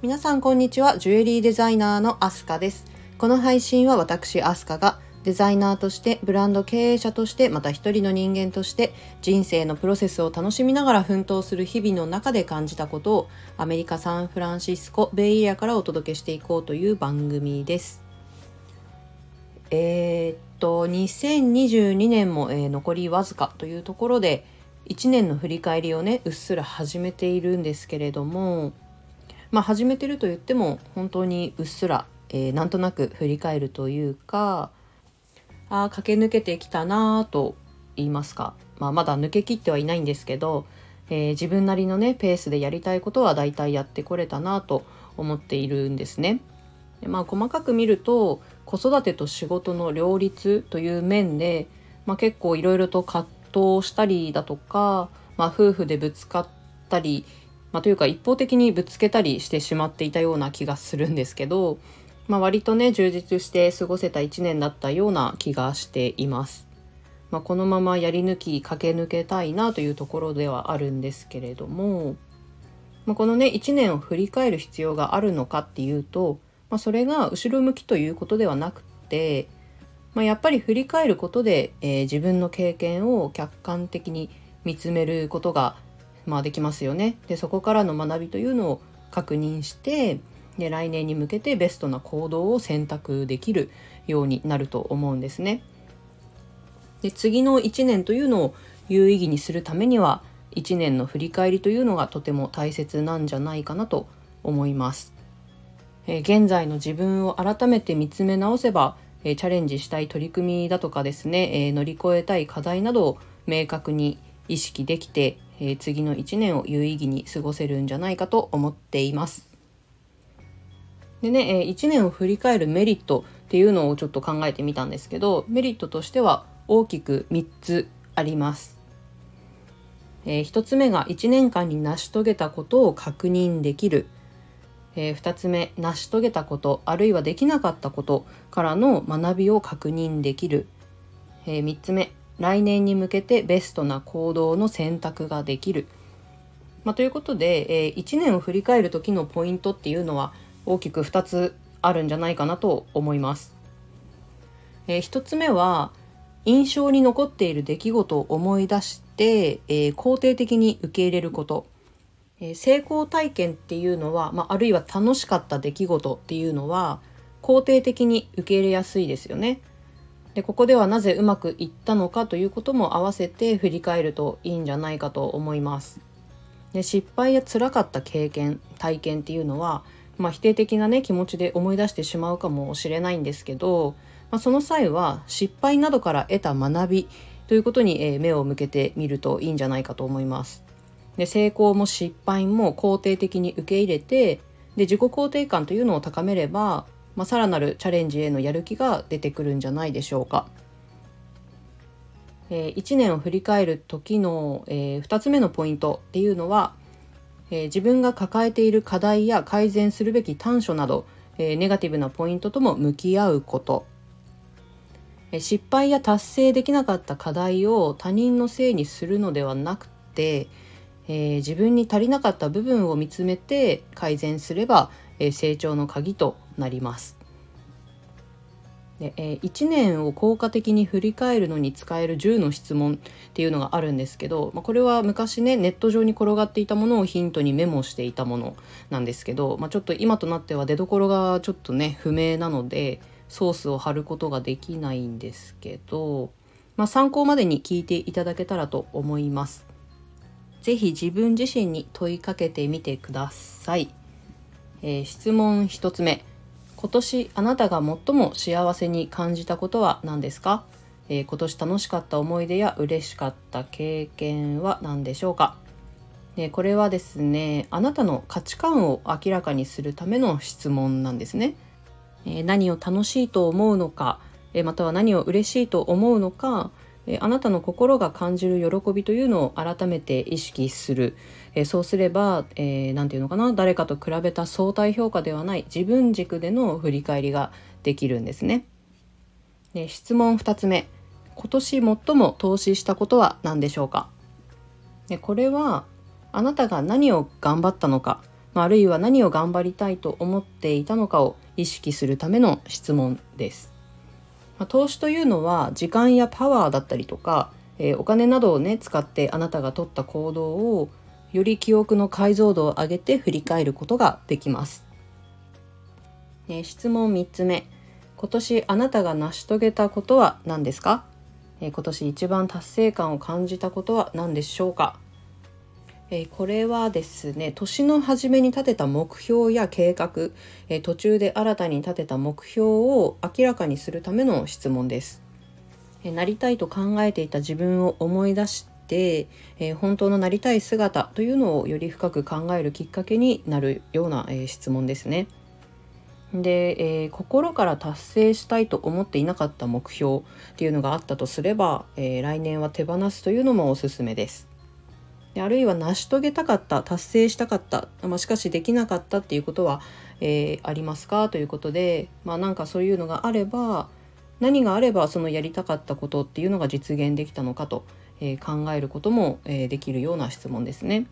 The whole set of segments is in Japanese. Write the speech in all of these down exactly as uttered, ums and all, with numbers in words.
皆さんこんにちは。ジュエリーデザイナーのアスカです。この配信は私アスカがデザイナーとして、ブランド経営者として、また一人の人間として人生のプロセスを楽しみながら奮闘する日々の中で感じたことをアメリカ・サンフランシスコベイエリアからお届けしていこうという番組です。えー、っとにせんにじゅうにねんも、えー、残りわずかというところでいちねんの振り返りをねうっすら始めているんですけれども、まあ始めてると言っても本当にうっすら、えー、なんとなく振り返るというか、あ駆け抜けてきたなと言いますか、まあ、まだ抜けきってはいないんですけど、えー、自分なりのねペースでやりたいことはだいたいやってこれたなと思っているんですね。で、まあ、細かく見ると子育てと仕事の両立という面で、まあ、結構いろいろと葛藤したりだとか、まあ、夫婦でぶつかったり、まあ、というか一方的にぶつけたりしてしまっていたような気がするんですけど、まあ、割とね充実して過ごせたいちねんだったような気がしています。まあ、このままやり抜き駆け抜けたいなというところではあるんですけれども、まあ、このねいちねんを振り返る必要があるのかっていうと、まあ、それが後ろ向きということではなくて、まあ、やっぱり振り返ることで、えー、自分の経験を客観的に見つめることが、まあ、できますよね。でそこからの学びというのを確認して、で来年に向けてベストな行動を選択できるようになると思うんですね。で次のいちねんというのを有意義にするためにはいちねんの振り返りというのがとても大切なんじゃないかなと思います。えー、現在の自分を改めて見つめ直せば、えー、チャレンジしたい取り組みだとかですね、えー、乗り越えたい課題などを明確に意識できて、えー、次のいちねんを有意義に過ごせるんじゃないかと思っています。でね、いちねんを振り返るメリットっていうのをちょっと考えてみたんですけど、メリットとしては大きくみっつあります。えー、ひとつめがいちねんかんに成し遂げたことを確認できる。えー、ふたつめ、成し遂げたことあるいはできなかったことからの学びを確認できる。えー、みっつめ、来年に向けてベストな行動の選択ができる。まあ、ということで、えー、いちねんを振り返る時のポイントっていうのは大きくふたつあるんじゃないかなと思います。えー、ひとつめは印象に残っている出来事を思い出して、えー、肯定的に受け入れること。えー、成功体験っていうのは、まあ、あるいは楽しかった出来事っていうのは肯定的に受け入れやすいですよね。でここではなぜうまくいったのかということも合わせて振り返るといいんじゃないかと思います。で失敗や辛かった経験体験っていうのは、まあ、否定的な、ね、気持ちで思い出してしまうかもしれないんですけど、まあ、その際は失敗などから得た学びということに、えー、目を向けてみるといいんじゃないかと思います。で成功も失敗も肯定的に受け入れて、で自己肯定感というのを高めれば、まあ、さらなるチャレンジへのやる気が出てくるんじゃないでしょうか。えー、いちねんを振り返る時の、えー、ふたつめのポイントっていうのは、えー、自分が抱えている課題や改善するべき短所など、えー、ネガティブなポイントとも向き合うこと。えー、失敗や達成できなかった課題を他人のせいにするのではなくて、えー、自分に足りなかった部分を見つめて改善すれば、えー、成長の鍵となります。で、えー、いちねんを効果的に振り返るのに使えるじゅうの質問っていうのがあるんですけど、まあ、これは昔ねネット上に転がっていたものをヒントにメモしていたものなんですけど、まあ、ちょっと今となっては出どころがちょっとね不明なのでソースを貼ることができないんですけど、まあ、参考までに聞いていただけたらと思います。ぜひ自分自身に問いかけてみてください。えー、質問ひとつめ、今年あなたが最も幸せに感じたことは何ですか？えー、今年楽しかった思い出や嬉しかった経験は何でしょうか？えー、これはですね、あなたの価値観を明らかにするための質問なんですね。えー、何を楽しいと思うのか、えー、または何を嬉しいと思うのか、えー、あなたの心が感じる喜びというのを改めて意識する。えー、そうすれば、えー、なんていうのかな、誰かと比べた相対評価ではない自分軸での振り返りができるんですね。で、質問ふたつめ、今年最も投資したことは何でしょうか？で、これはあなたが何を頑張ったのか、 まあ、あるいは何を頑張りたいと思っていたのかを意識するための質問です。まあ、投資というのは時間やパワーだったりとか、えー、お金などをね使ってあなたが取った行動をより記憶の解像度を上げて振り返ることができます。えー、質問みっつめ、今年あなたが成し遂げたことは何ですか？えー、今年一番達成感を感じたことは何でしょうか？えー、これはですね、年の初めに立てた目標や計画、えー、途中で新たに立てた目標を明らかにするための質問です。えー、なりたいと考えていた自分を思い出して、えー、本当のなりたい姿というのをより深く考えるきっかけになるような、えー、質問ですね。で、えー、心から達成したいと思っていなかった目標っていうのがあったとすれば、えー、来年は手放すというのもおすすめです。で、あるいは成し遂げたかった、達成したかった、まあ、しかしできなかったっていうことは、えー、ありますかということで、まあ、なんかそういうのがあれば、何があればそのやりたかったことっていうのが実現できたのかと、えー、考えることも、えー、できるような質問ですね。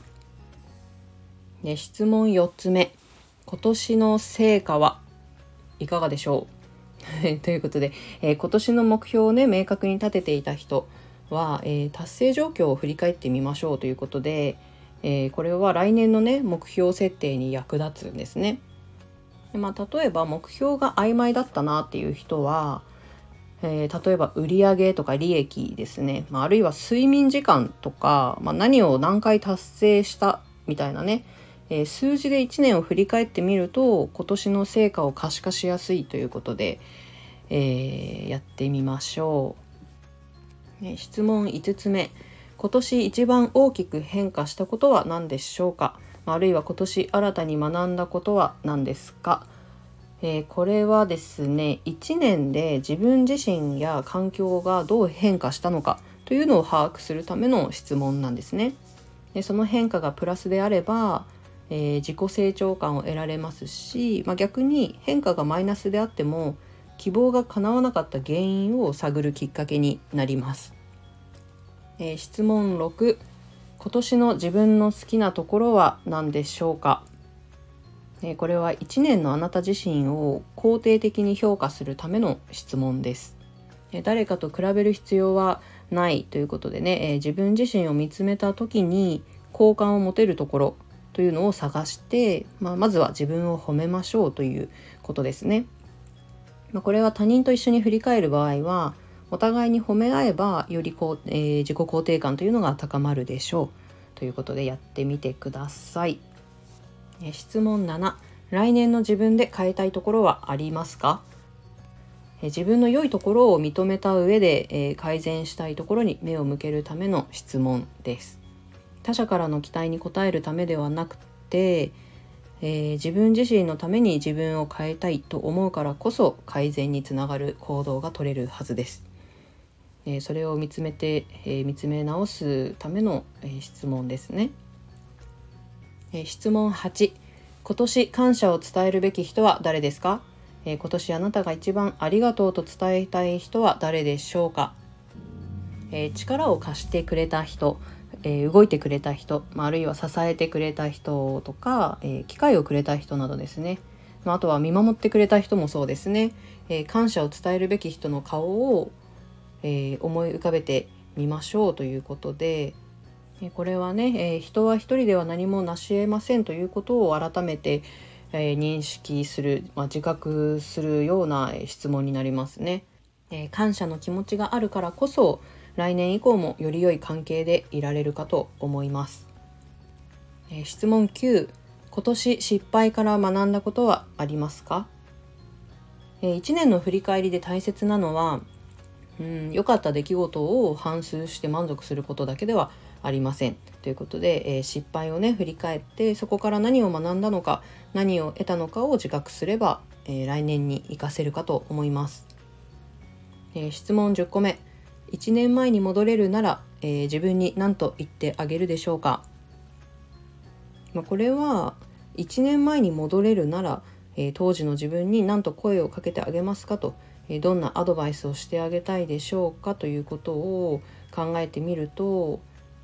で、質問よっつめ、今年の成果はいかがでしょうということで、えー、今年の目標をね明確に立てていた人は、えー、達成状況を振り返ってみましょうということで、えー、これは来年のね目標設定に役立つんですね。で、まあ、例えば目標が曖昧だったなっていう人は、えー、例えば売上とか利益ですね、まあ、あるいは睡眠時間とか、まあ、何を何回達成したみたいなね、えー、数字でいちねんを振り返ってみると今年の成果を可視化しやすいということで、えー、やってみましょう。ね、質問いつつめ、今年一番大きく変化したことは何でしょうか？あるいは今年新たに学んだことは何ですか？えー、これはですね、いちねんで自分自身や環境がどう変化したのかというのを把握するための質問なんですね。で、その変化がプラスであれば、えー、自己成長感を得られますし、まあ、逆に変化がマイナスであっても希望が叶わなかった原因を探るきっかけになります。えー、質問ろく、今年の自分の好きなところは何でしょうか？えー、これはいちねんのあなた自身を肯定的に評価するための質問です。えー、誰かと比べる必要はないということでね、えー、自分自身を見つめた時に好感を持てるところというのを探して、まあ、まずは自分を褒めましょうということですね。これは他人と一緒に振り返る場合はお互いに褒め合えばよりこう、えー、自己肯定感というのが高まるでしょうということでやってみてください。えー、質問なな、来年の自分で変えたいところはありますか？えー、自分の良いところを認めた上で、えー、改善したいところに目を向けるための質問です。他者からの期待に応えるためではなくて、えー、自分自身のために自分を変えたいと思うからこそ改善につながる行動が取れるはずです。えー、それを見つめて、えー、見つめ直すための、えー、質問ですね。えー、質問はち、今年感謝を伝えるべき人は誰ですか？えー、今年あなたが一番ありがとうと伝えたい人は誰でしょうか？えー、力を貸してくれた人、えー、動いてくれた人、まあ、あるいは支えてくれた人とか、えー、機会をくれた人などですね、まあ、あとは見守ってくれた人もそうですね、えー、感謝を伝えるべき人の顔を、えー、思い浮かべてみましょうということで、これはね、えー、人は一人では何も成し得ませんということを改めて、えー、認識する、まあ、自覚するような質問になりますね。えー、感謝の気持ちがあるからこそ来年以降もより良い関係でいられるかと思います。えー、質問きゅう、今年失敗から学んだことはありますか？えー、いちねんの振り返りで大切なのは、うん、良かった出来事を反芻して満足することだけではありませんということで、えー、失敗をね振り返ってそこから何を学んだのか何を得たのかを自覚すれば、えー、来年に活かせるかと思います。えー、質問じゅっこめ、いちねんまえに戻れるなら、えー、自分に何と言ってあげるでしょうか？まあ、これはいちねんまえに戻れるなら、えー、当時の自分に何と声をかけてあげますかと、えー、どんなアドバイスをしてあげたいでしょうかということを考えてみると、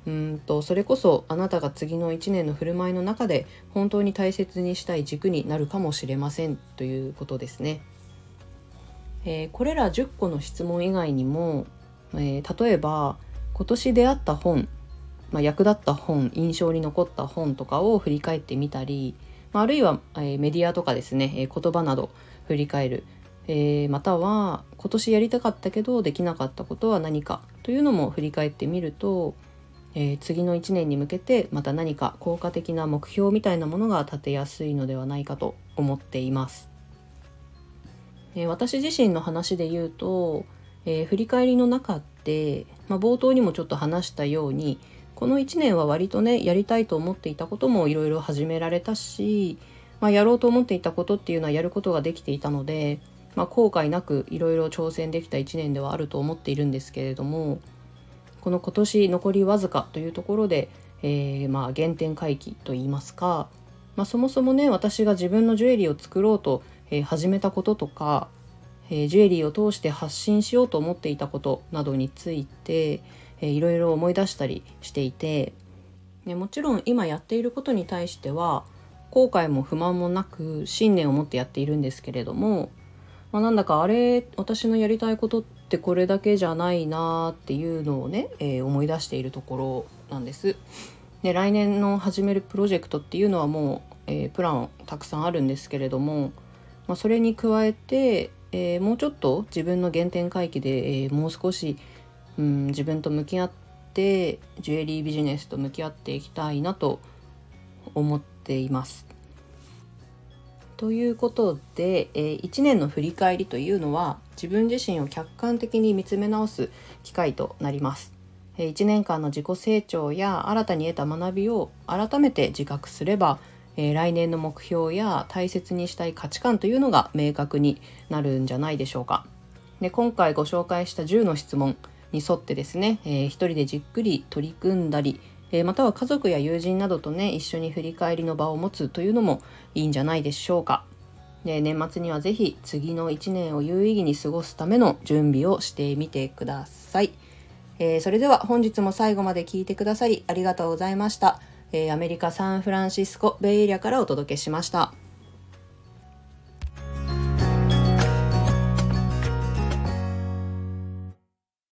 うんとそれこそあなたが次のいちねんの振る舞いの中で本当に大切にしたい軸になるかもしれませんということですね。えー、これらじゅっこの質問以外にも、えー、例えば今年出会った本、まあ、役立った本、印象に残った本とかを振り返ってみたり、あるいは、えー、メディアとかですね、えー、言葉など振り返る、えー、または今年やりたかったけどできなかったことは何かというのも振り返ってみると、えー、次のいちねんに向けてまた何か効果的な目標みたいなものが立てやすいのではないかと思っています。えー、私自身の話で言うと、えー、振り返りの中で、まあ、冒頭にもちょっと話したようにこのいちねんは割とねやりたいと思っていたこともいろいろ始められたし、まあ、やろうと思っていたことっていうのはやることができていたので、まあ、後悔なくいろいろ挑戦できたいちねんではあると思っているんですけれども、この今年残りわずかというところで、えー、まあ原点回帰といいますか、まあ、そもそもね私が自分のジュエリーを作ろうと、えー、始めたこととか、えー、ジュエリーを通して発信しようと思っていたことなどについて、えー、いろいろ思い出したりしていて、ね、もちろん今やっていることに対しては後悔も不満もなく信念を持ってやっているんですけれども、まあ、なんだかあれ私のやりたいことってこれだけじゃないなっていうのをね、えー、思い出しているところなんです。で来年の始めるプロジェクトっていうのはもう、えー、プランたくさんあるんですけれども、まあ、それに加えて、えー、もうちょっと自分の原点回帰で、えー、もう少し、うん、自分と向き合ってジュエリービジネスと向き合っていきたいなと思っています。ということで、えー、いちねんの振り返りというのは自分自身を客観的に見つめ直す機会となります。えー、いちねんかんの自己成長や新たに得た学びを改めて自覚すれば、えー、来年の目標や大切にしたい価値観というのが明確になるんじゃないでしょうか。で今回ご紹介したじゅうの質問に沿ってですね、えー、一人でじっくり取り組んだり、えー、または家族や友人などとね一緒に振り返りの場を持つというのもいいんじゃないでしょうか。で年末にはぜひ次のいちねんを有意義に過ごすための準備をしてみてください。えー、それでは本日も最後まで聞いてくださりありがとうございました。えー、アメリカサンフランシスコベイエリアからお届けしました。